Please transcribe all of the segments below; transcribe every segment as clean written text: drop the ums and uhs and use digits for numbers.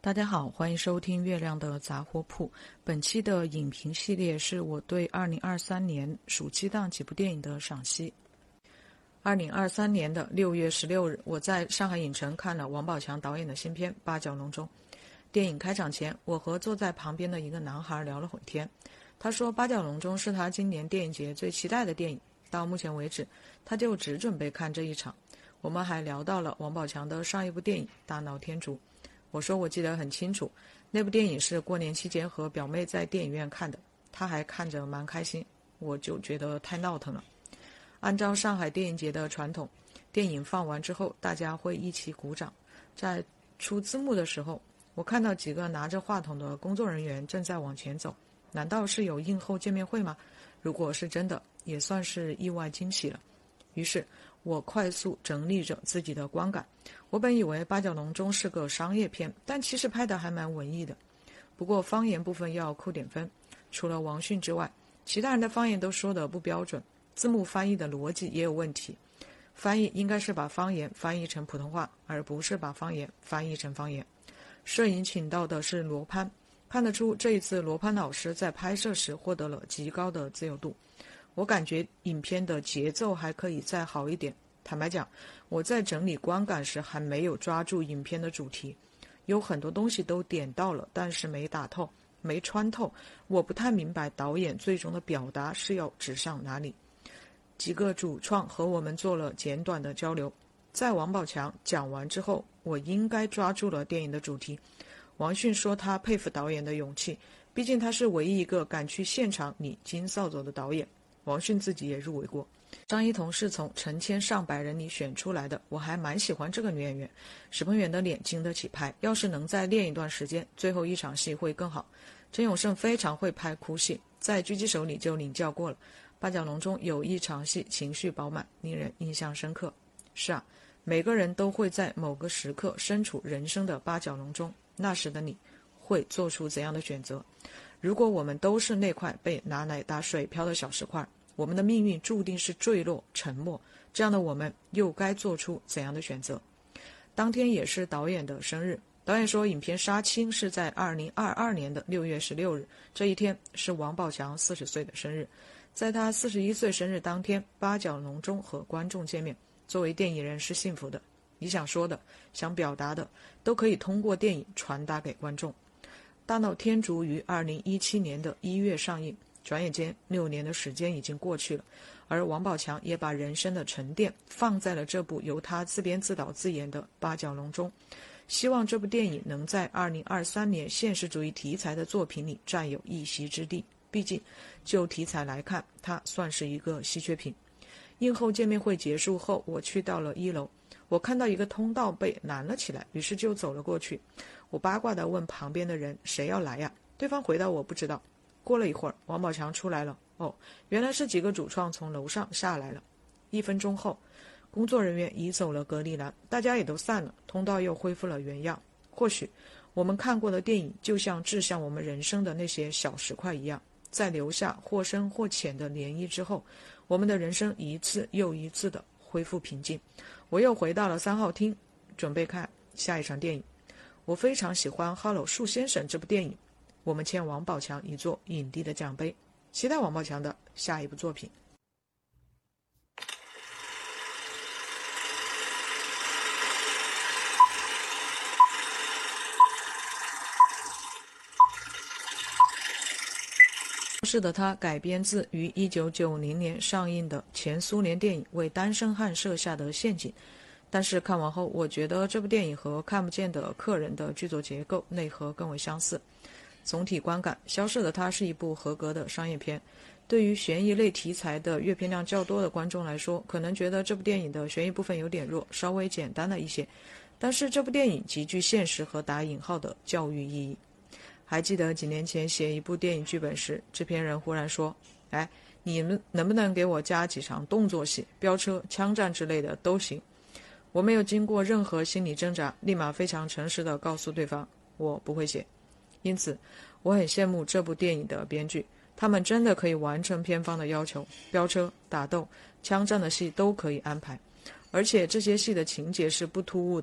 大家好，欢迎收听月亮的杂货铺。本期的影评系列是我对2023年暑期档几部电影的赏析。2023年的6月16日，我在上海影城看了王宝强导演的新片《八角笼中》。电影开场前，我和坐在旁边的一个男孩聊了会天。他说《八角笼中》是他今年电影节最期待的电影，到目前为止，他就只准备看这一场。我们还聊到了王宝强的上一部电影《大闹天竺》。我说我记得很清楚，那部电影是过年期间和表妹在电影院看的，她还看着蛮开心，我就觉得太闹腾了。按照上海电影节的传统，电影放完之后大家会一起鼓掌。在出字幕的时候，我看到几个拿着话筒的工作人员正在往前走，难道是有映后见面会吗？如果是真的，也算是意外惊喜了。于是我快速整理着自己的观感。我本以为《八角笼中》是个商业片，但其实拍得还蛮文艺的。不过方言部分要扣点分，除了王迅之外，其他人的方言都说得不标准，字幕翻译的逻辑也有问题。翻译应该是把方言翻译成普通话，而不是把方言翻译成方言。摄影请到的是罗潘，看得出这一次罗潘老师在拍摄时获得了极高的自由度。我感觉影片的节奏还可以再好一点。坦白讲，我在整理观感时还没有抓住影片的主题，有很多东西都点到了，但是没打透，没穿透。我不太明白导演最终的表达是要指向哪里。几个主创和我们做了简短的交流，在王宝强讲完之后，我应该抓住了电影的主题。王迅说他佩服导演的勇气，毕竟他是唯一一个敢去现场拟金扫帚的导演。王迅自己也入围过。张一彤是从成千上百人里选出来的，我还蛮喜欢这个女演员。史鹏远的脸经得起拍，要是能再练一段时间，最后一场戏会更好。陈永胜非常会拍哭戏，在狙击手里就领教过了。八角笼中有一场戏情绪饱满，令人印象深刻。是啊，每个人都会在某个时刻身处人生的八角笼中，那时的你会做出怎样的选择？如果我们都是那块被拿来打水漂的小石块，我们的命运注定是坠落沉没，这样的我们又该做出怎样的选择？当天也是导演的生日，导演说影片杀青是在2022年的6月16日，这一天是王宝强40岁的生日。在他41岁生日当天，八角笼中和观众见面，作为电影人是幸福的，你想说的想表达的都可以通过电影传达给观众。大闹天竺于2017年的1月上映，转眼间6年的时间已经过去了，而王宝强也把人生的沉淀放在了这部由他自编自导自演的八角笼中，希望这部电影能在2023年现实主义题材的作品里占有一席之地，毕竟就题材来看，它算是一个稀缺品。映后见面会结束后，我去到了1楼，我看到一个通道被拦了起来，于是就走了过去。我八卦地问旁边的人，谁要来呀？对方回答我不知道。过了一会儿，王宝强出来了。哦，原来是几个主创从楼上下来了。1分钟后，工作人员移走了隔离栏，大家也都散了，通道又恢复了原样。或许我们看过的电影就像掷向我们人生的那些小石块一样，在留下或深或浅的涟漪之后，我们的人生一次又一次的恢复平静。我又回到了3号厅，准备看下一场电影。我非常喜欢《哈喽树先生》这部电影，我们欠王宝强一座影帝的奖杯，期待王宝强的下一部作品。是的，他改编自于1990年上映的前苏联电影《为单身汉设下的陷阱》，但是看完后，我觉得这部电影和《看不见的客人》的剧作结构内核更为相似。总体观感，《消失的她》是一部合格的商业片。对于悬疑类题材的阅片量较多的观众来说，可能觉得这部电影的悬疑部分有点弱，稍微简单了一些。但是这部电影极具现实和打引号的教育意义。还记得几年前写一部电影剧本时，制片人忽然说：“哎，你们能不能给我加几场动作戏、飙车、枪战之类的都行。”我没有经过任何心理挣扎，立马非常诚实地告诉对方，我不会写。因此，我很羡慕这部电影的编剧，他们真的可以完成片方的要求，飙车、打斗、枪战的戏都可以安排，而且这些戏的情节是不突兀的，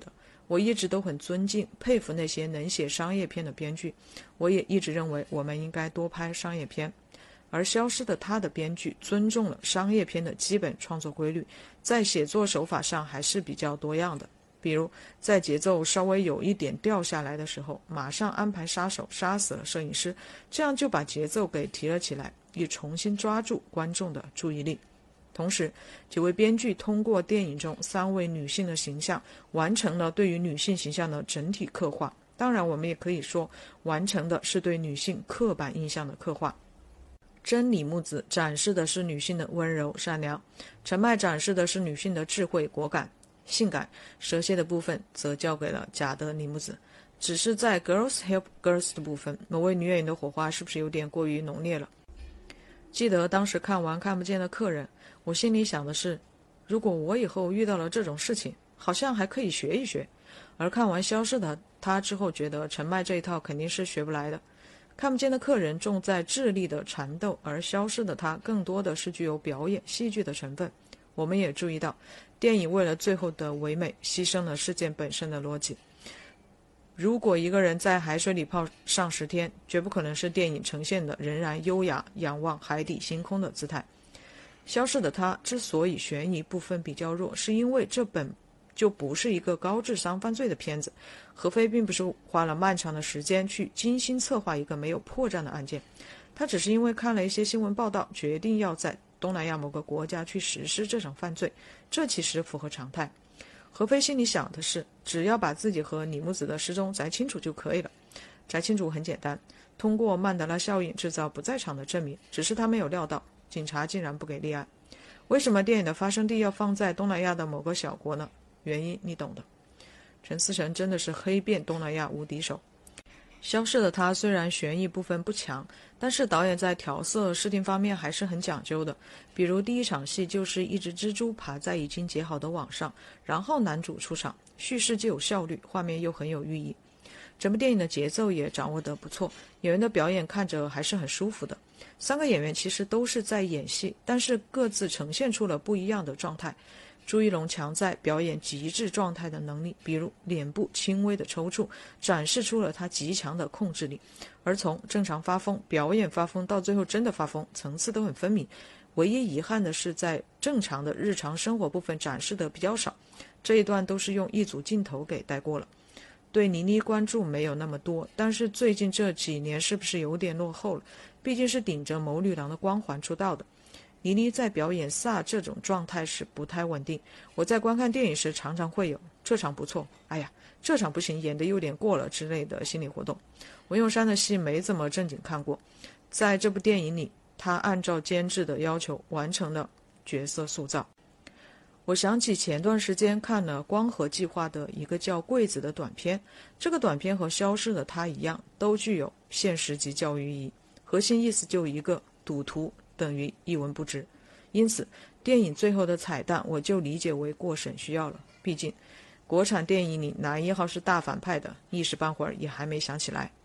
我一直都很尊敬、佩服那些能写商业片的编剧，我也一直认为我们应该多拍商业片。而消失的她的编剧尊重了商业片的基本创作规律，在写作手法上还是比较多样的。比如在节奏稍微有一点掉下来的时候，马上安排杀手杀死了摄影师，这样就把节奏给提了起来，以重新抓住观众的注意力。同时，几位编剧通过电影中3位女性的形象，完成了对于女性形象的整体刻画。当然，我们也可以说，完成的是对女性刻板印象的刻画。真理木子展示的是女性的温柔善良，陈麦展示的是女性的智慧果敢性感，蛇蝎的部分则交给了贾德里木子。只是在 Girls Help Girls 的部分，某位女演员的火花是不是有点过于浓烈了？记得当时看完看不见的客人，我心里想的是，如果我以后遇到了这种事情，好像还可以学一学。而看完消失的她之后，觉得陈麦这一套肯定是学不来的。看不见的客人重在智力的缠斗，而消失的她更多的是具有表演戏剧的成分。我们也注意到，电影为了最后的唯美，牺牲了事件本身的逻辑。如果一个人在海水里泡上10天，绝不可能是电影呈现的仍然优雅仰望海底星空的姿态。消失的她之所以悬疑部分比较弱，是因为这本就不是一个高智商犯罪的片子。何非并不是花了漫长的时间去精心策划一个没有破绽的案件，他只是因为看了一些新闻报道，决定要在东南亚某个国家去实施这场犯罪，这其实符合常态。何非心里想的是，只要把自己和李木子的失踪摘清楚就可以了。摘清楚很简单，通过曼德拉效应制造不在场的证明，只是他没有料到警察竟然不给立案。为什么电影的发生地要放在东南亚的某个小国呢？原因你懂的。陈思诚真的是黑遍东南亚无敌手。消失的她虽然悬疑部分不强，但是导演在调色视听方面还是很讲究的。比如第一场戏就是一只蜘蛛爬在已经结好的网上，然后男主出场，叙事就有效率，画面又很有寓意。整部电影的节奏也掌握得不错，演员的表演看着还是很舒服的。3个演员其实都是在演戏，但是各自呈现出了不一样的状态。朱一龙强在表演极致状态的能力，比如脸部轻微的抽搐，展示出了他极强的控制力。而从正常发疯、表演发疯到最后真的发疯，层次都很分明。唯一遗憾的是，在正常的日常生活部分展示的比较少，这一段都是用一组镜头给带过了。对倪妮关注没有那么多，但是最近这几年是不是有点落后了？毕竟是顶着谋女郎的光环出道的。倪妮在表演飒这种状态是不太稳定，我在观看电影时常常会有这场不错，哎呀这场不行，演得有点过了之类的心理活动。文咏珊的戏没怎么正经看过，在这部电影里，她按照监制的要求完成了角色塑造。我想起前段时间看了光合计划的一个叫柜子的短片，这个短片和消失的她一样，都具有现实级教育意义，核心意思就一个，赌徒等于一文不值。因此电影最后的彩蛋我就理解为过审需要了，毕竟国产电影里男一号是大反派的，一时半会儿也还没想起来。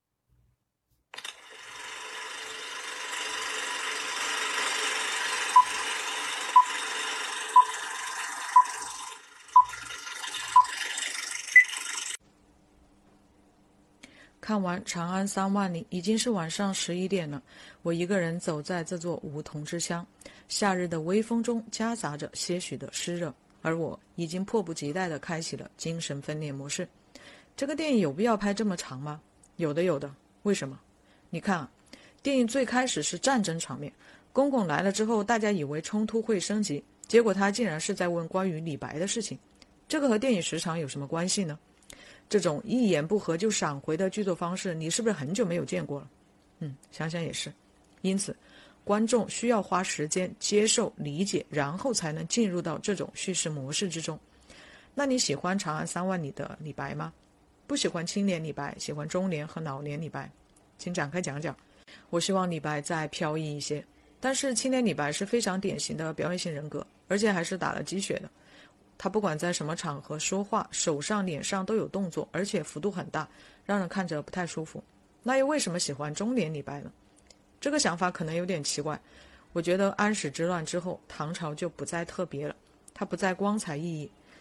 看完《长安三万里》已经是晚上11点了，我一个人走在这座梧桐之乡，夏日的微风中夹杂着些许的湿热，而我已经迫不及待地开启了精神分裂模式。这个电影有必要拍这么长吗？有的有的。为什么？你看啊，电影最开始是战争场面，公公来了之后，大家以为冲突会升级，结果他竟然是在问关于李白的事情，这个和电影时长有什么关系呢？这种一言不合就闪回的剧作方式，你是不是很久没有见过了？想想也是。因此观众需要花时间接受理解，然后才能进入到这种叙事模式之中。那你喜欢《长安三万里》的李白吗？不喜欢青年李白，喜欢中年和老年李白，请展开讲讲。我希望李白再飘逸一些，但是青年李白是非常典型的表演型人格，而且还是打了鸡血的。他不管在什么场合说话，手上脸上都有动作，而且幅度很大，让人看着不太舒服。那又为什么喜欢中年李白呢？这个想法可能有点奇怪。我觉得安史之乱之后，唐朝就不再特别了，它不再光彩熠熠，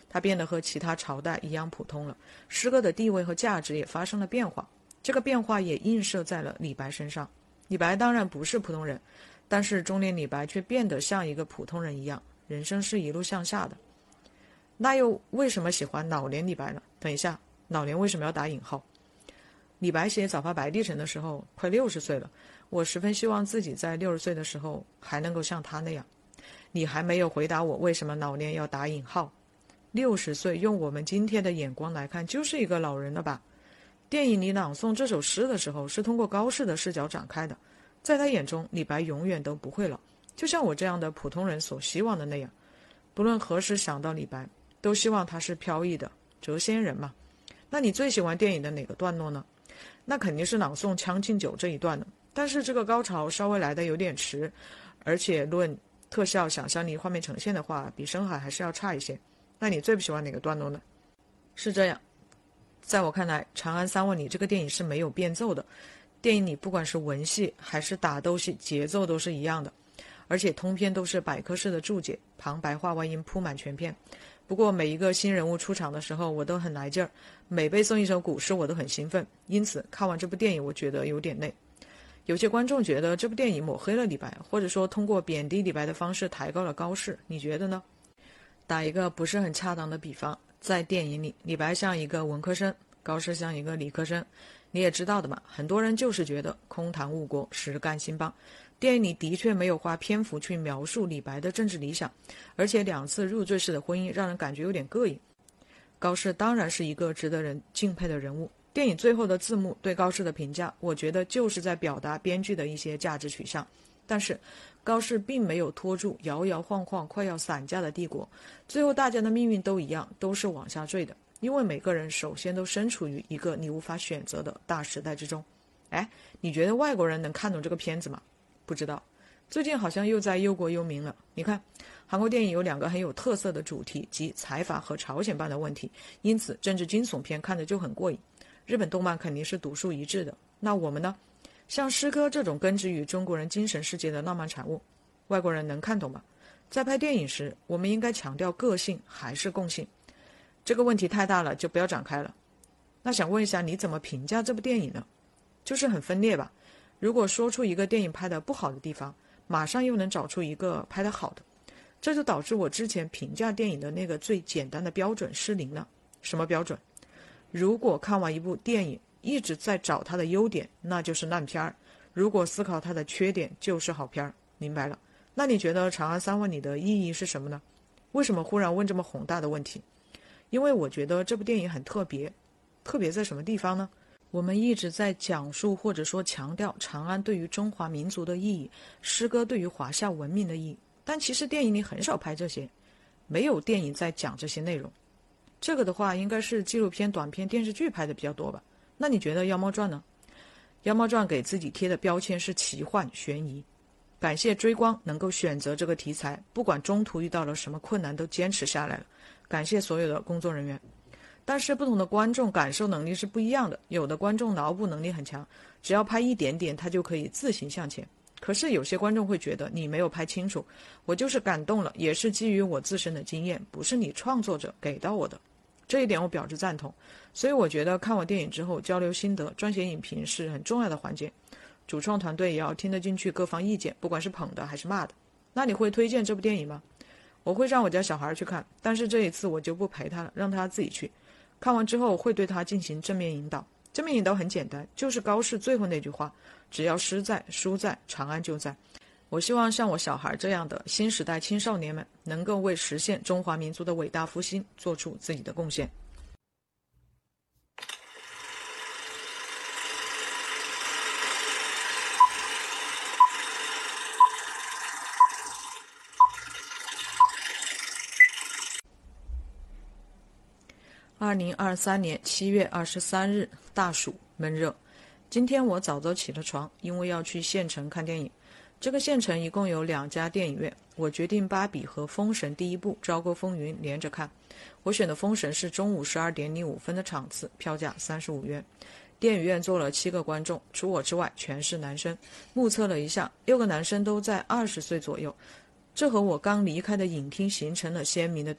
它变得和其他朝代一样普通了，诗歌的地位和价值也发生了变化。这个变化也映射在了李白身上。李白当然不是普通人，但是中年李白却变得像一个普通人一样，人生是一路向下的。那又为什么喜欢老年李白呢？等一下，老年为什么要打引号？李白写《早发白帝城》的时候快60岁了，我十分希望自己在60岁的时候还能够像他那样。你还没有回答我为什么老年要打引号。60岁用我们今天的眼光来看就是一个老人了吧。电影里朗诵这首诗的时候是通过高适的视角展开的，在他眼中李白永远都不会老，就像我这样的普通人所希望的那样。不论何时想到李白，都希望他是飘逸的谪仙人嘛。那你最喜欢电影的哪个段落呢？那肯定是朗诵《将进酒》这一段了，但是这个高潮稍微来得有点迟，而且论特效想象力画面呈现的话，比深海还是要差一些。那你最不喜欢哪个段落呢？是这样，在我看来，《长安三万里》这个电影是没有变奏的，电影里不管是文戏还是打斗戏，节奏都是一样的，而且通篇都是百科式的注解，旁白话外音铺满全篇。不过每一个新人物出场的时候我都很来劲儿，每背诵一首古诗我都很兴奋，因此看完这部电影我觉得有点累。有些观众觉得这部电影抹黑了李白，或者说通过贬低李白的方式抬高了高适，你觉得呢？打一个不是很恰当的比方，在电影里李白像一个文科生，高适像一个理科生，你也知道的嘛，很多人就是觉得空谈误国，实干兴邦。电影里的确没有花篇幅去描述李白的政治理想，而且2次入赘式的婚姻让人感觉有点膈应。高适当然是一个值得人敬佩的人物，电影最后的字幕对高适的评价，我觉得就是在表达编剧的一些价值取向。但是高适并没有拖住摇摇晃晃快要散架的帝国，最后大家的命运都一样，都是往下坠的，因为每个人首先都身处于一个你无法选择的大时代之中。哎，你觉得外国人能看懂这个片子吗？不知道，最近好像又在忧国忧民了。你看，韩国电影有2个很有特色的主题，即财阀和朝鲜办的问题，因此政治惊悚片看着就很过瘾。日本动漫肯定是独树一帜的，那我们呢？像诗歌这种根植于中国人精神世界的浪漫产物，外国人能看懂吗？在拍电影时，我们应该强调个性还是共性？这个问题太大了，就不要展开了。那想问一下，你怎么评价这部电影呢？就是很分裂吧。如果说出一个电影拍得不好的地方，马上又能找出一个拍得好的，这就导致我之前评价电影的那个最简单的标准失灵了。什么标准？如果看完一部电影一直在找它的优点，那就是烂片儿；如果思考它的缺点，就是好片儿。明白了？那你觉得《长安三万里》的意义是什么呢？为什么忽然问这么宏大的问题？因为我觉得这部电影很特别，特别在什么地方呢？我们一直在讲述或者说强调长安对于中华民族的意义，诗歌对于华夏文明的意义，但其实电影里很少拍这些，没有电影在讲这些内容。这个的话应该是纪录片、短片、电视剧拍的比较多吧。那你觉得《妖猫传》呢？《妖猫传》给自己贴的标签是奇幻悬疑，感谢追光能够选择这个题材，不管中途遇到了什么困难都坚持下来了，感谢所有的工作人员。但是不同的观众感受能力是不一样的，有的观众脑补能力很强，只要拍一点点他就可以自行向前。可是有些观众会觉得你没有拍清楚，我就是感动了，也是基于我自身的经验，不是你创作者给到我的。这一点我表示赞同。所以我觉得看完电影之后交流心得、撰写影评是很重要的环节。主创团队也要听得进去各方意见，不管是捧的还是骂的。那你会推荐这部电影吗？我会让我家小孩去看，但是这一次我就不陪他了，让他自己去。看完之后会对他进行正面引导。正面引导很简单，就是高适最后那句话，只要诗在书在，长安就在。我希望像我小孩这样的新时代青少年们能够为实现中华民族的伟大复兴做出自己的贡献。2023年7月23日，大暑闷热。今天我早早起了床，因为要去县城看电影。这个县城一共有2家电影院，我决定芭比和封神第一部《朝歌风云》连着看。我选的封神是中午12点05分的场次，票价35元。电影院坐了7个观众，除我之外全是男生。目测了一下，6个男生都在20岁左右，这和我刚离开的影厅形成了鲜明的对比。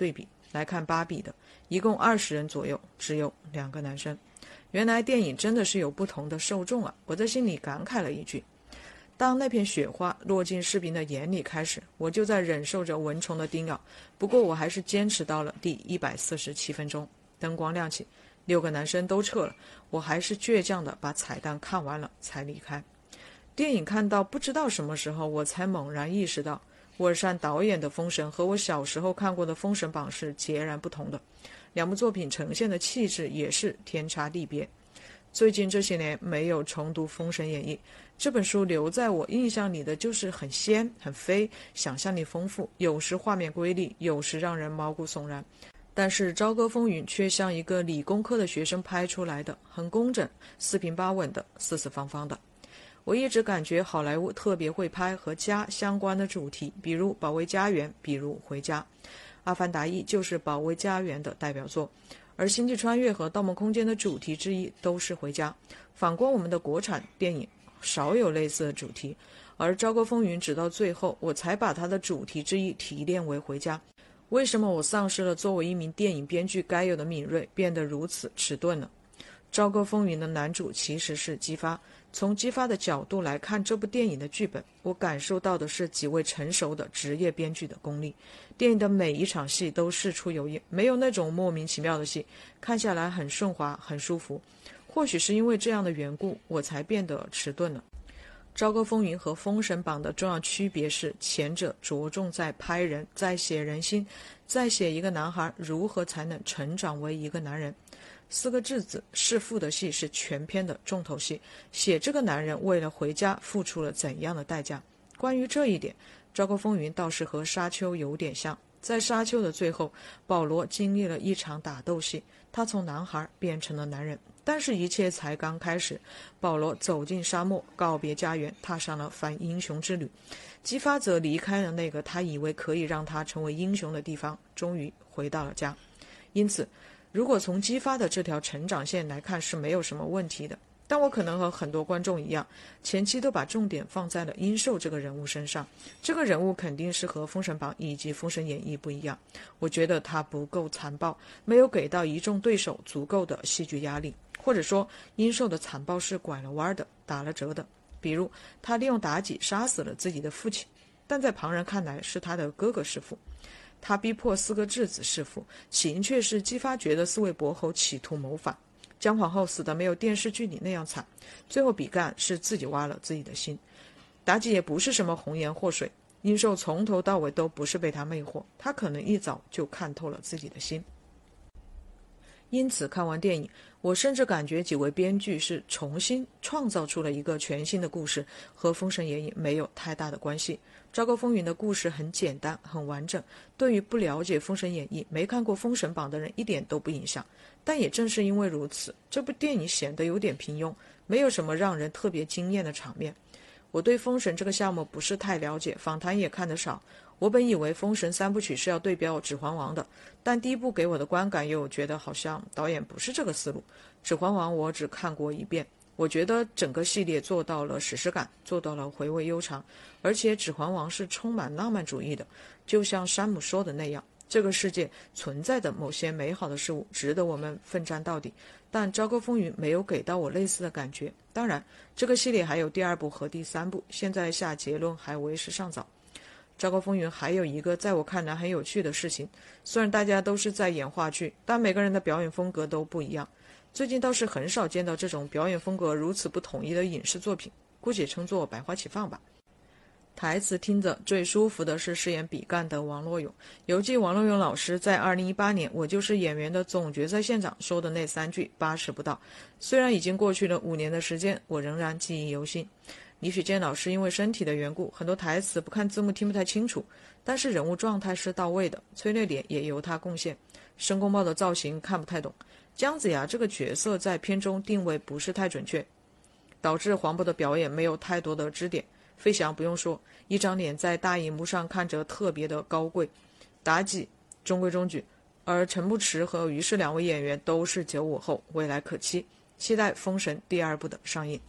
来看芭比的，一共20人左右，只有2个男生。原来电影真的是有不同的受众啊！我在心里感慨了一句。当那片雪花落进士兵的眼里开始，我就在忍受着蚊虫的叮咬。不过我还是坚持到了第147分钟，灯光亮起，6个男生都撤了，我还是倔强的把彩蛋看完了才离开。电影看到不知道什么时候，我才猛然意识到，沃尔善导演的《封神》和我小时候看过的《封神榜》是截然不同的，两部作品呈现的气质也是天差地别。最近这些年没有重读《封神演义》，这本书留在我印象里的就是很仙很飞，想象力丰富，有时画面瑰丽，有时让人毛骨悚然。但是《朝歌风云》却像一个理工科的学生拍出来的，很工整，四平八稳的，四四方方的。我一直感觉好莱坞特别会拍和家相关的主题，比如保卫家园，比如回家。阿凡达1就是保卫家园的代表作，而星际穿越和盗梦空间的主题之一都是回家。反观我们的国产电影少有类似的主题，而朝歌风云直到最后我才把它的主题之一提炼为回家。为什么我丧失了作为一名电影编剧该有的敏锐，变得如此迟钝呢？朝歌风云的男主其实是姬发，从姬发的角度来看这部电影的剧本，我感受到的是几位成熟的职业编剧的功力。电影的每一场戏都事出有因，没有那种莫名其妙的戏，看下来很顺滑，很舒服。或许是因为这样的缘故，我才变得迟钝了。朝歌风云和封神榜的重要区别是，前者着重在拍人，在写人心，在写一个男孩如何才能成长为一个男人。4个质子弑父的戏是全片的重头戏，写这个男人为了回家付出了怎样的代价。关于这一点，朝歌风云倒是和沙丘有点像。在沙丘的最后，保罗经历了一场打斗戏，他从男孩变成了男人，但是一切才刚开始。保罗走进沙漠，告别家园，踏上了反英雄之旅。姬发则离开了那个他以为可以让他成为英雄的地方，终于回到了家。因此如果从姬发的这条成长线来看是没有什么问题的，但我可能和很多观众一样，前期都把重点放在了殷寿这个人物身上。这个人物肯定是和《封神榜》以及《封神演义》不一样，我觉得他不够残暴，没有给到一众对手足够的戏剧压力，或者说殷寿的残暴是拐了弯的，打了折的。比如他利用妲己杀死了自己的父亲，但在旁人看来是他的哥哥弑父。他逼迫4个质子弑父，起因却是姬发觉得4位伯侯企图谋反，姜皇后死的没有电视剧里那样惨，最后比干是自己挖了自己的心。妲己也不是什么红颜祸水，殷寿从头到尾都不是被他魅惑，他可能一早就看透了自己的心。因此看完电影，我甚至感觉几位编剧是重新创造出了一个全新的故事，和《封神演义》没有太大的关系。朝歌风云的故事很简单很完整，对于不了解《封神演义》没看过《封神榜》的人一点都不影响。但也正是因为如此，这部电影显得有点平庸，没有什么让人特别惊艳的场面。我对封神这个项目不是太了解，访谈也看得少。我本以为封神3部曲是要对标指环王的，但第一部给我的观感又觉得好像导演不是这个思路。指环王我只看过1遍，我觉得整个系列做到了史诗感，做到了回味悠长，而且指环王是充满浪漫主义的，就像山姆说的那样，这个世界存在的某些美好的事物值得我们奋战到底。但朝歌风云没有给到我类似的感觉。当然这个系列还有第2部和第3部，现在下结论还为时尚早。朝歌风云还有一个在我看来很有趣的事情，虽然大家都是在演话剧，但每个人的表演风格都不一样。最近倒是很少见到这种表演风格如此不统一的影视作品，姑且称作百花齐放吧。台词听着最舒服的是饰演比干的王洛勇。犹记王洛勇老师在2018年我就是演员的总决赛现场说的那3句80不到，虽然已经过去了5年的时间，我仍然记忆犹新。李雪健老师因为身体的缘故，很多台词不看字幕听不太清楚，但是人物状态是到位的，催泪点也由他贡献。申公豹的造型看不太懂，姜子牙这个角色在片中定位不是太准确，导致黄渤的表演没有太多的支点。费翔不用说，一张脸在大荧幕上看着特别的高贵。妲己中规中矩，而陈牧驰和于适2位演员都是95后，未来可期。期待《封神》第2部的上映。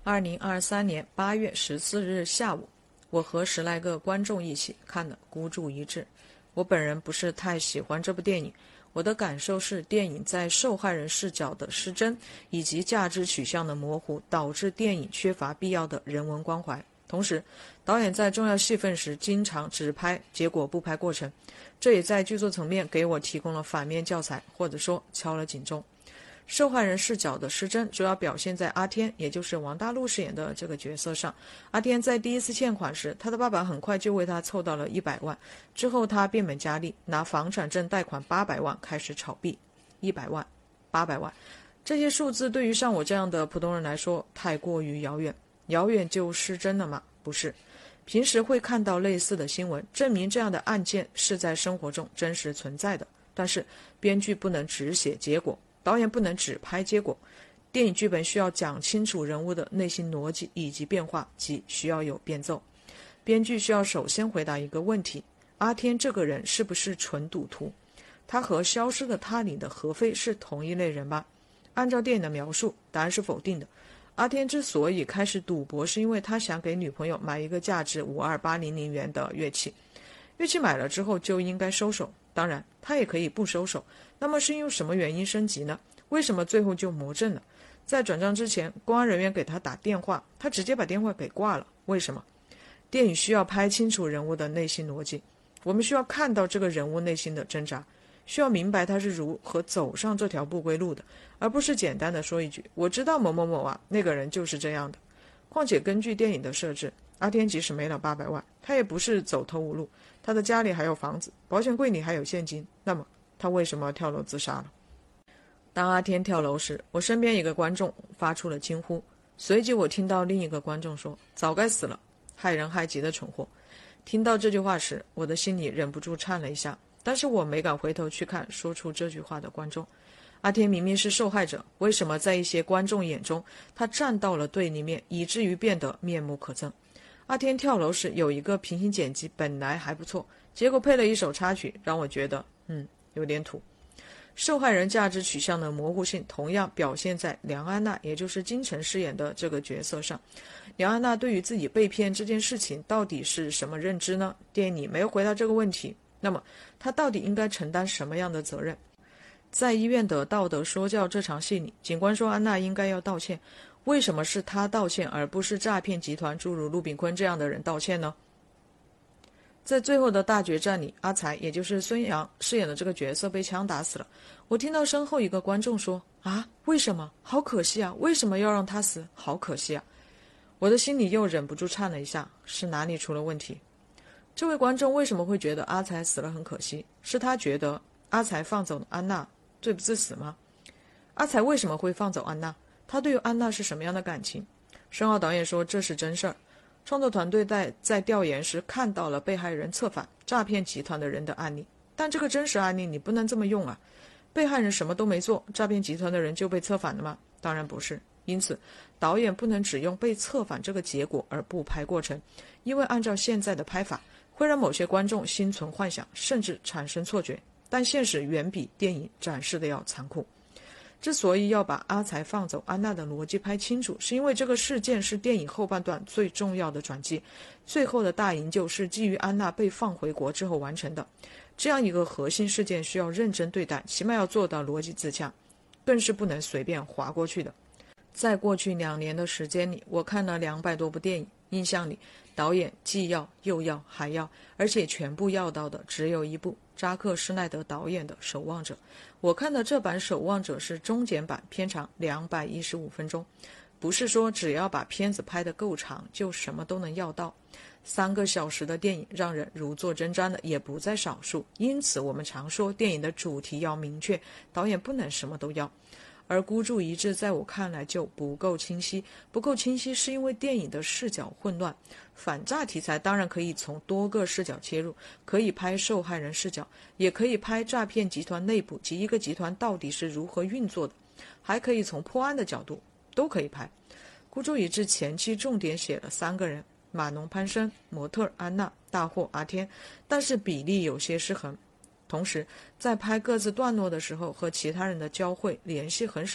2023年8月14日下午，我和10来个观众一起看了《孤注一掷》。我本人不是太喜欢这部电影，我的感受是电影在受害人视角的失真以及价值取向的模糊，导致电影缺乏必要的人文关怀。同时，导演在重要戏份时经常只拍结果不拍过程，这也在剧作层面给我提供了反面教材，或者说敲了警钟。受害人视角的失真主要表现在阿天，也就是王大陆饰演的这个角色上。阿天在第一次欠款时，他的爸爸很快就为他凑到了100万，之后他变本加厉，拿房产证贷款800万开始炒币。100万、800万，这些数字对于像我这样的普通人来说太过于遥远。遥远就失真了吗？不是。平时会看到类似的新闻，证明这样的案件是在生活中真实存在的，但是编剧不能只写结果，导演不能只拍结果，电影剧本需要讲清楚人物的内心逻辑以及变化，即需要有变奏。编剧需要首先回答一个问题：阿天这个人是不是纯赌徒？他和消失的他里的何非是同一类人吗？按照电影的描述，答案是否定的。阿天之所以开始赌博，是因为他想给女朋友买一个价值52800元的乐器，乐器买了之后就应该收手，当然他也可以不收手。那么是因为什么原因升级呢？为什么最后就魔怔了？在转账之前，公安人员给他打电话，他直接把电话给挂了，为什么？电影需要拍清楚人物的内心逻辑，我们需要看到这个人物内心的挣扎，需要明白他是如何走上这条不归路的，而不是简单的说一句我知道某某某啊，那个人就是这样的。况且根据电影的设置，阿天即使没了800万，他也不是走投无路，他的家里还有房子，保险柜里还有现金，那么他为什么跳楼自杀了？当阿天跳楼时，我身边一个观众发出了惊呼，随即我听到另一个观众说早该死了，害人害己的蠢货。听到这句话时，我的心里忍不住颤了一下，但是我没敢回头去看说出这句话的观众。阿天明明是受害者，为什么在一些观众眼中他站到了对立面，以至于变得面目可憎？阿天跳楼时有一个平行剪辑本来还不错，结果配了一首插曲，让我觉得有点土。受害人价值取向的模糊性同样表现在梁安娜，也就是金晨饰演的这个角色上。梁安娜对于自己被骗这件事情到底是什么认知呢？电影里没有回答这个问题。那么她到底应该承担什么样的责任？在医院的道德说教这场戏里，警官说安娜应该要道歉，为什么是她道歉，而不是诈骗集团诸如陆炳坤这样的人道歉呢？在最后的大决战里，阿才也就是孙杨饰演的这个角色被枪打死了。我听到身后一个观众说啊，为什么？好可惜啊，为什么要让他死？好可惜啊。我的心里又忍不住颤了一下，是哪里出了问题？这位观众为什么会觉得阿才死了很可惜？是他觉得阿才放走了安娜，罪不至死吗？阿才为什么会放走安娜？他对于安娜是什么样的感情？申浩导演说这是真事儿。创作团队在调研时看到了被害人策反诈骗集团的人的案例，但这个真实案例你不能这么用啊！被害人什么都没做，诈骗集团的人就被策反了吗？当然不是。因此，导演不能只用被策反这个结果而不拍过程，因为按照现在的拍法，会让某些观众心存幻想，甚至产生错觉。但现实远比电影展示的要残酷。之所以要把阿才放走安娜的逻辑拍清楚，是因为这个事件是电影后半段最重要的转机，最后的大营救是基于安娜被放回国之后完成的。这样一个核心事件需要认真对待，起码要做到逻辑自洽，更是不能随便划过去的。在过去2年的时间里，我看了200多部电影，印象里导演既要又要还要，而且全部要到的只有一部，扎克施耐德导演的《守望者》。我看的这版《守望者》是中剪版，片长215分钟。不是说只要把片子拍得够长就什么都能要到，3个小时的电影让人如坐针毡的也不在少数。因此我们常说电影的主题要明确，导演不能什么都要。而孤注一掷在我看来就不够清晰，不够清晰是因为电影的视角混乱。反诈题材当然可以从多个视角切入，可以拍受害人视角，也可以拍诈骗集团内部及一个集团到底是如何运作的，还可以从破案的角度，都可以拍。孤注一掷前期重点写了3个人，码农潘生、模特安娜、大货阿天，但是比例有些失衡。同时在拍各自段落的时候和其他人的交汇联系很少，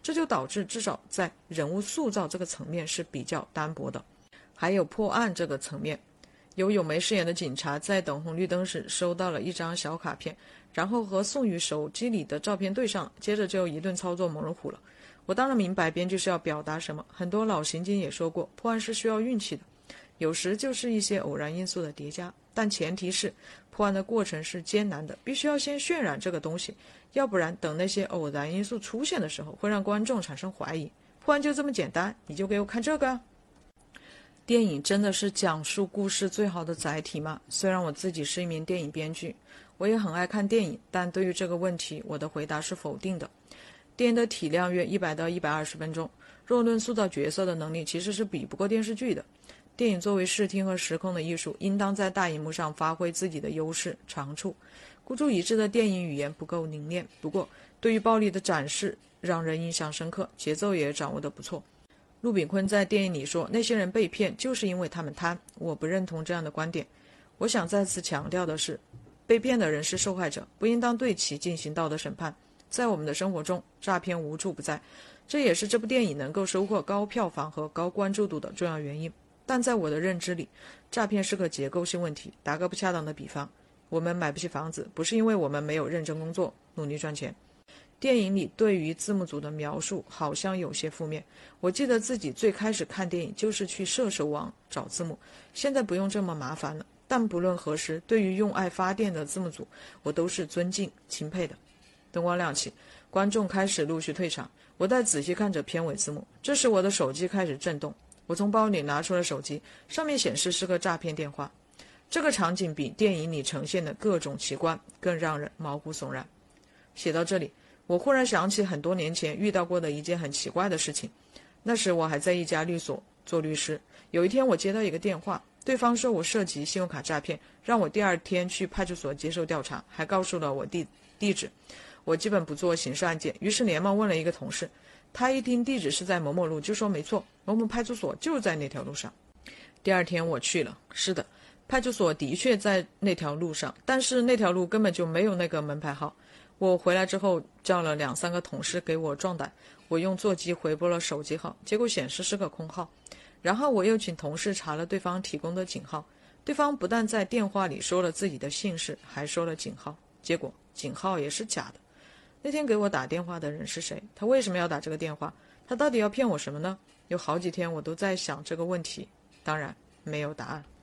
这就导致至少在人物塑造这个层面是比较单薄的。还有破案这个层面，有美饰演的警察在等红绿灯时收到了一张小卡片，然后和宋宇手机里的照片对上，接着就一顿操作猛如虎了。我当然明白编剧是要表达什么，很多老刑警也说过，破案是需要运气的，有时就是一些偶然因素的叠加，但前提是破案的过程是艰难的，必须要先渲染这个东西，要不然等那些偶然因素出现的时候，会让观众产生怀疑。破案就这么简单，你就给我看这个？电影真的是讲述故事最好的载体吗？虽然我自己是一名电影编剧，我也很爱看电影，但对于这个问题，我的回答是否定的。电影的体量约100到120分钟，若论塑造角色的能力，其实是比不过电视剧的。电影作为视听和时空的艺术，应当在大荧幕上发挥自己的优势长处。孤注一掷的电影语言不够凝练，不过对于暴力的展示让人印象深刻，节奏也掌握得不错。陆炳坤在电影里说，那些人被骗就是因为他们贪，我不认同这样的观点。我想再次强调的是，被骗的人是受害者，不应当对其进行道德审判。在我们的生活中，诈骗无处不在，这也是这部电影能够收获高票房和高关注度的重要原因。但在我的认知里，诈骗是个结构性问题。打个不恰当的比方，我们买不起房子，不是因为我们没有认真工作，努力赚钱。电影里对于字幕组的描述好像有些负面，我记得自己最开始看电影就是去射手网找字幕，现在不用这么麻烦了。但不论何时，对于用爱发电的字幕组，我都是尊敬钦佩的。灯光亮起，观众开始陆续退场，我在仔细看着片尾字幕，这时我的手机开始震动，我从包里拿出了手机，上面显示是个诈骗电话。这个场景比电影里呈现的各种奇观更让人毛骨悚然。写到这里，我忽然想起很多年前遇到过的一件很奇怪的事情。那时我还在一家律所做律师，有一天我接到一个电话，对方说我涉及信用卡诈骗，让我第二天去派出所接受调查，还告诉了我地址。我基本不做刑事案件，于是连忙问了一个同事，他一听地址是在某某路，就说没错，某某派出所就在那条路上。第二天我去了，是的，派出所的确在那条路上，但是那条路根本就没有那个门牌号。我回来之后叫了2-3个同事给我壮胆，我用座机回拨了手机号，结果显示是个空号。然后我又请同事查了对方提供的警号，对方不但在电话里说了自己的姓氏，还说了警号，结果警号也是假的。那天给我打电话的人是谁？他为什么要打这个电话？他到底要骗我什么呢？有好几天我都在想这个问题，当然没有答案。